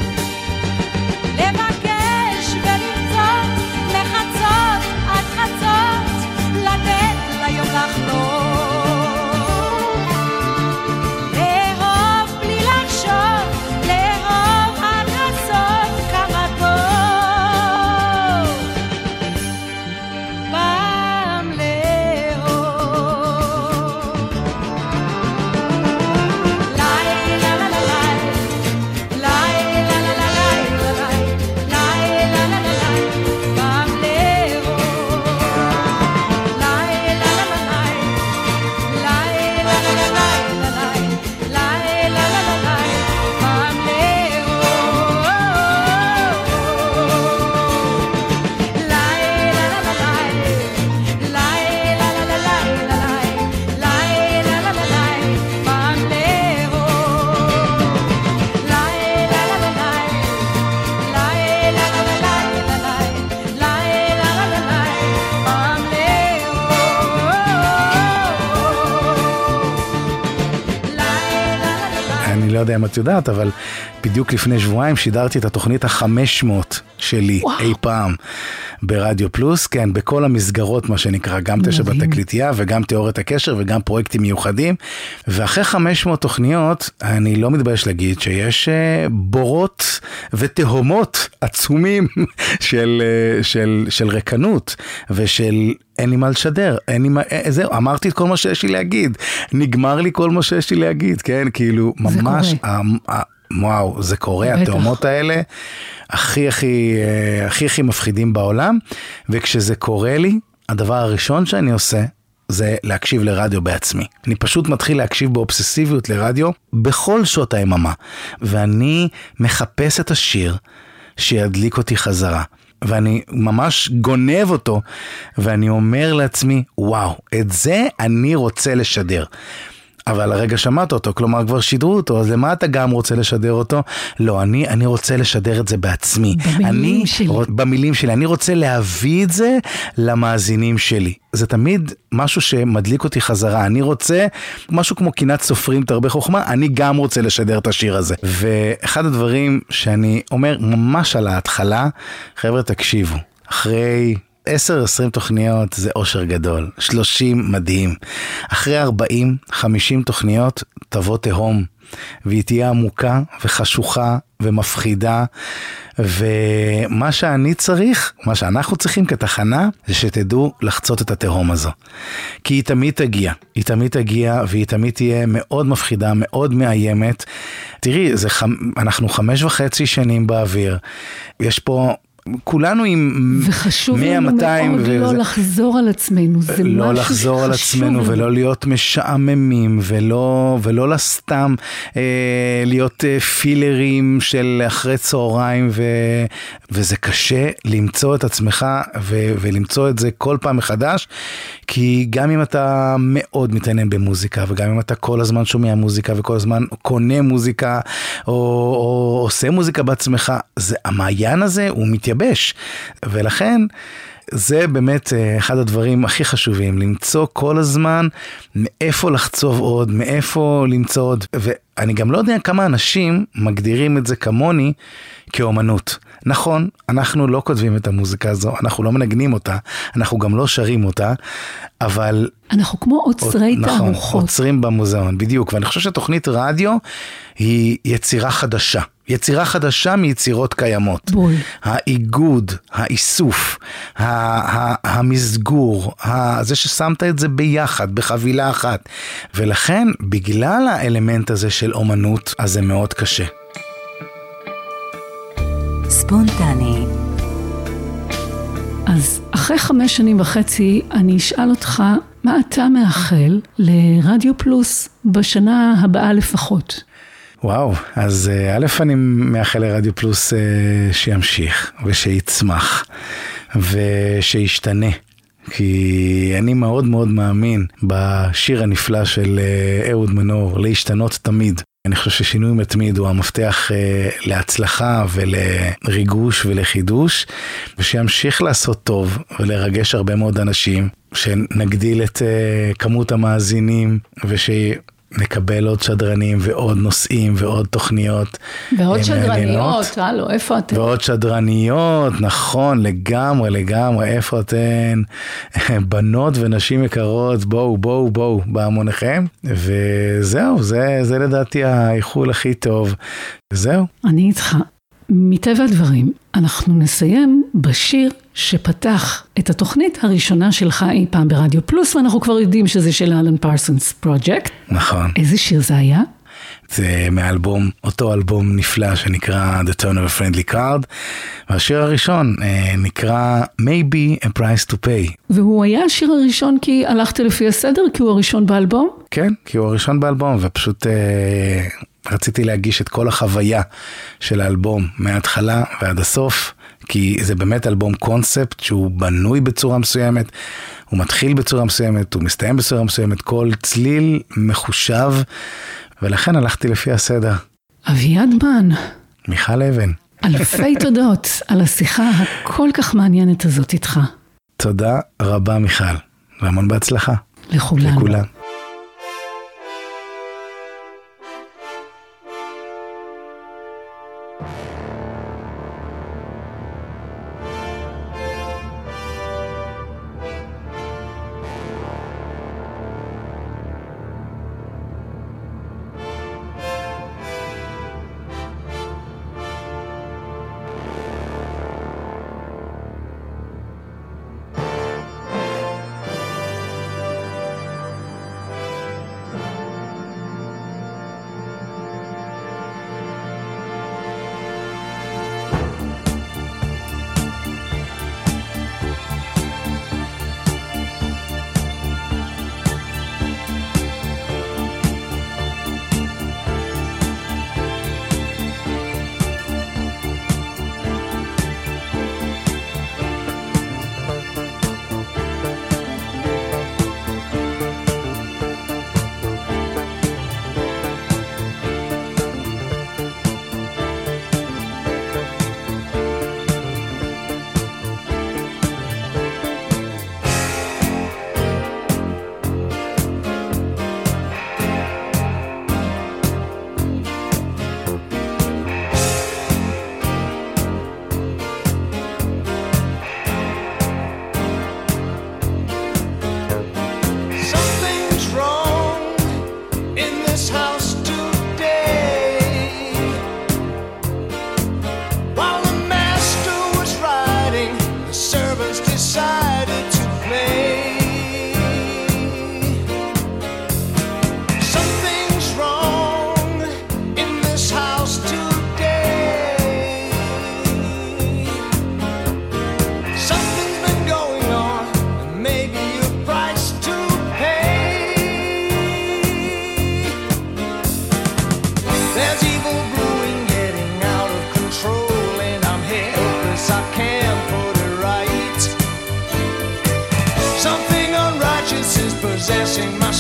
לבקש ולרצות, לחצות עד חצות, לתת ליום לחלום, לאהוב בלי לחשוב, לאהוב עד הסוף כמה טוב. פעם לאהוב אני לא יודע אם את יודעת, אבל בדיוק לפני שבועיים שידרתי את התוכנית ה-500 שלי אי פעם ברדיו פלוס, כן, בכל המסגרות מה שנקרא, גם 9 בתקליטייה וגם תיאוריית הקשר וגם פרויקטים מיוחדים, ואחרי 500 תוכניות, אני לא מתבייש להגיד שיש בורות ותהומות עצומים של רקנות ושל אין לי מה לשדר, זהו, אמרתי את כל מה שיש לי להגיד, נגמר לי כל מה שיש לי להגיד, כן, כאילו, ממש, וואו, זה קורה, התאומות האלה, הכי מפחידים בעולם, וכשזה קורה לי, הדבר הראשון שאני עושה, זה להקשיב לרדיו בעצמי. אני פשוט מתחיל להקשיב באובססיביות לרדיו, בכל שעות היממה, ואני מחפש את השיר, שידליק אותי חזרה. ואני ממש גונב אותו, ואני אומר לעצמי, וואו, את זה אני רוצה לשדר. אבל הרגע שמעת אותו, כלומר כבר שידרו אותו, אז למה אתה גם רוצה לשדר אותו? לא, אני רוצה לשדר את זה בעצמי. במילים שלי. אני רוצה להביא את זה למאזינים שלי. זה תמיד משהו שמדליק אותי חזרה. אני רוצה, משהו כמו קינת סופרים תרבה חוכמה, אני גם רוצה לשדר את השיר הזה. ואחד הדברים שאני אומר ממש על ההתחלה, חבר'ה תקשיבו, אחרי 10-20 תוכניות זה אושר גדול, 30 מדהים. אחרי 40-50 תוכניות תבוא תהום, והיא תהיה עמוקה וחשוכה ומפחידה, ומה שאני צריך, מה שאנחנו צריכים כתחנה, זה שתדעו לחצות את התהום הזו. כי היא תמיד תגיע, והיא תמיד תהיה מאוד מפחידה, מאוד מאיימת. תראי, אנחנו 5.5 שנים באוויר, יש פה כולנו עם 100-200 וחשוב לנו מאוד לא לחזור על עצמנו, זה לא לחזור על עצמנו ולא להיות משעממים ולא לסתם להיות פילרים של אחרי צהריים, וזה קשה למצוא את עצמך ולמצוא את זה כל פעם מחדש, כי גם אם אתה מאוד מתעניין במוזיקה, וגם אם אתה כל הזמן שומע מוזיקה וכל הזמן קונה מוזיקה או עושה מוזיקה בעצמך, המעיין הזה הוא מתייבש, ולכן זה באמת אחד הדברים הכי חשובים, למצוא כל הזמן מאיפה לחצוב עוד, מאיפה למצוא עוד, ואני גם לא יודע כמה אנשים מגדירים את זה כמוני כאומנות. נכון, אנחנו לא כותבים את המוזיקה הזו, אנחנו לא מנגנים אותה, אנחנו גם לא שרים אותה, אבל אנחנו כמו אוצרי תערוכות. נכון, אוצרים במוזיאון, בדיוק, ואני חושב שתוכנית רדיו היא יצירה חדשה. יצירה חדשה מיצירות קיימות. בול. העיגוד, האיסוף, המסגור, זה ששמת את זה ביחד, בחבילה אחת. ולכן, בגלל האלמנט הזה של אומנות, אז זה מאוד קשה. ספונטני. אז אחרי 5.5 שנים, אני אשאל אותך, מה אתה מאחל לרדיו פלוס בשנה הבאה לפחות? וואו, אז א' אני מאחל לרדיו פלוס שימשיך ושיצמח ושישתנה, כי אני מאוד מאוד מאמין בשיר הנפלא של אהוד מנור, להשתנות תמיד. אני חושב ששינוי מתמיד הוא המפתח להצלחה ולריגוש ולחידוש, ושימשיך לעשות טוב ולרגש הרבה מאוד אנשים, שנגדיל את כמות המאזינים נקבל עוד שדרנים ועוד נושאים ועוד תוכניות. ועוד שדרניות, הלו, איפה אתן? ועוד שדרניות, נכון, לגמרי, איפה אתן? בנות ונשים יקרות, בואו, בהמוניכם. וזהו, זה לדעתי האיחול הכי טוב. זהו. אני איתך. מטבע הדברים, אנחנו נסיים בשיר שפתח את התוכנית הראשונה שלך אי פעם ברדיו פלוס, ואנחנו כבר יודעים שזה של אלן פרסונס פרויקט. נכון. איזה שיר זה היה? זה מאלבום, אותו אלבום נפלא שנקרא The Tone of a Friendly Card, והשיר הראשון נקרא Maybe a Price to Pay. והוא היה השיר הראשון כי הלכת לפי הסדר, כי הוא הראשון באלבום? כן, כי הוא הראשון באלבום, ופשוט רציתי להגיש את כל החוויה של האלבום מההתחלה ועד הסוף, כי זה באמת אלבום קונספט שהוא בנוי בצורה מסוימת, הוא מתחיל בצורה מסוימת, הוא מסתיים בצורה מסוימת, כל צליל מחושב, ולכן הלכתי לפי הסדר. אביעד מן. מיכל אבן. אלפי תודות על השיחה הכל כך מעניינת הזאת איתך. תודה רבה מיכל, והמון בהצלחה. לכולם.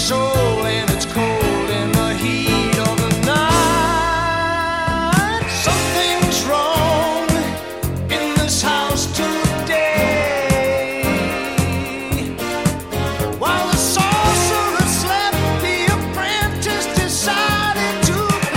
soul and it's cold in the heat of the night. Something's wrong in this house today. While the sorcerer slept, the apprentice decided to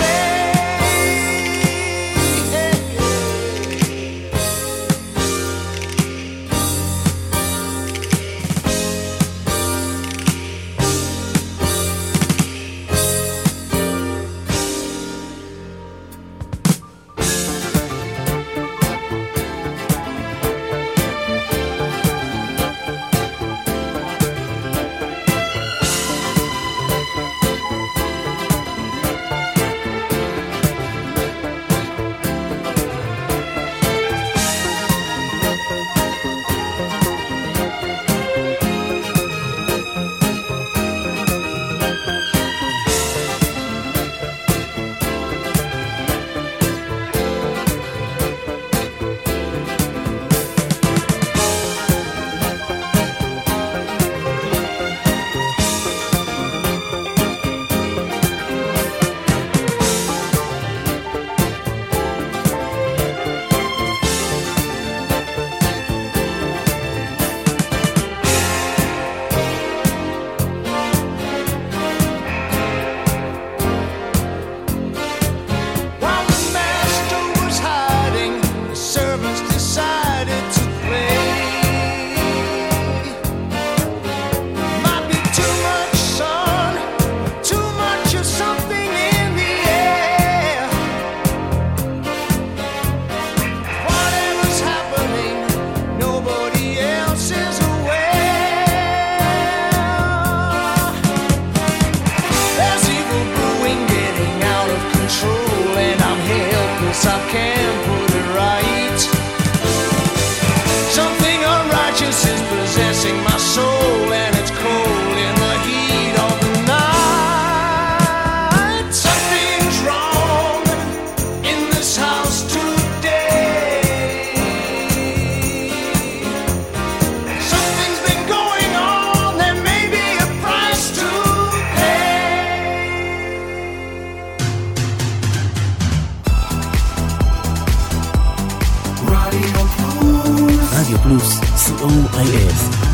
I can't put it right. Something unrighteous is possessing my soul, and it's cold in the heat of the night. Something's wrong in this house today. Something's been going on, there may be a price to pay. רדיו פלוס, COIS.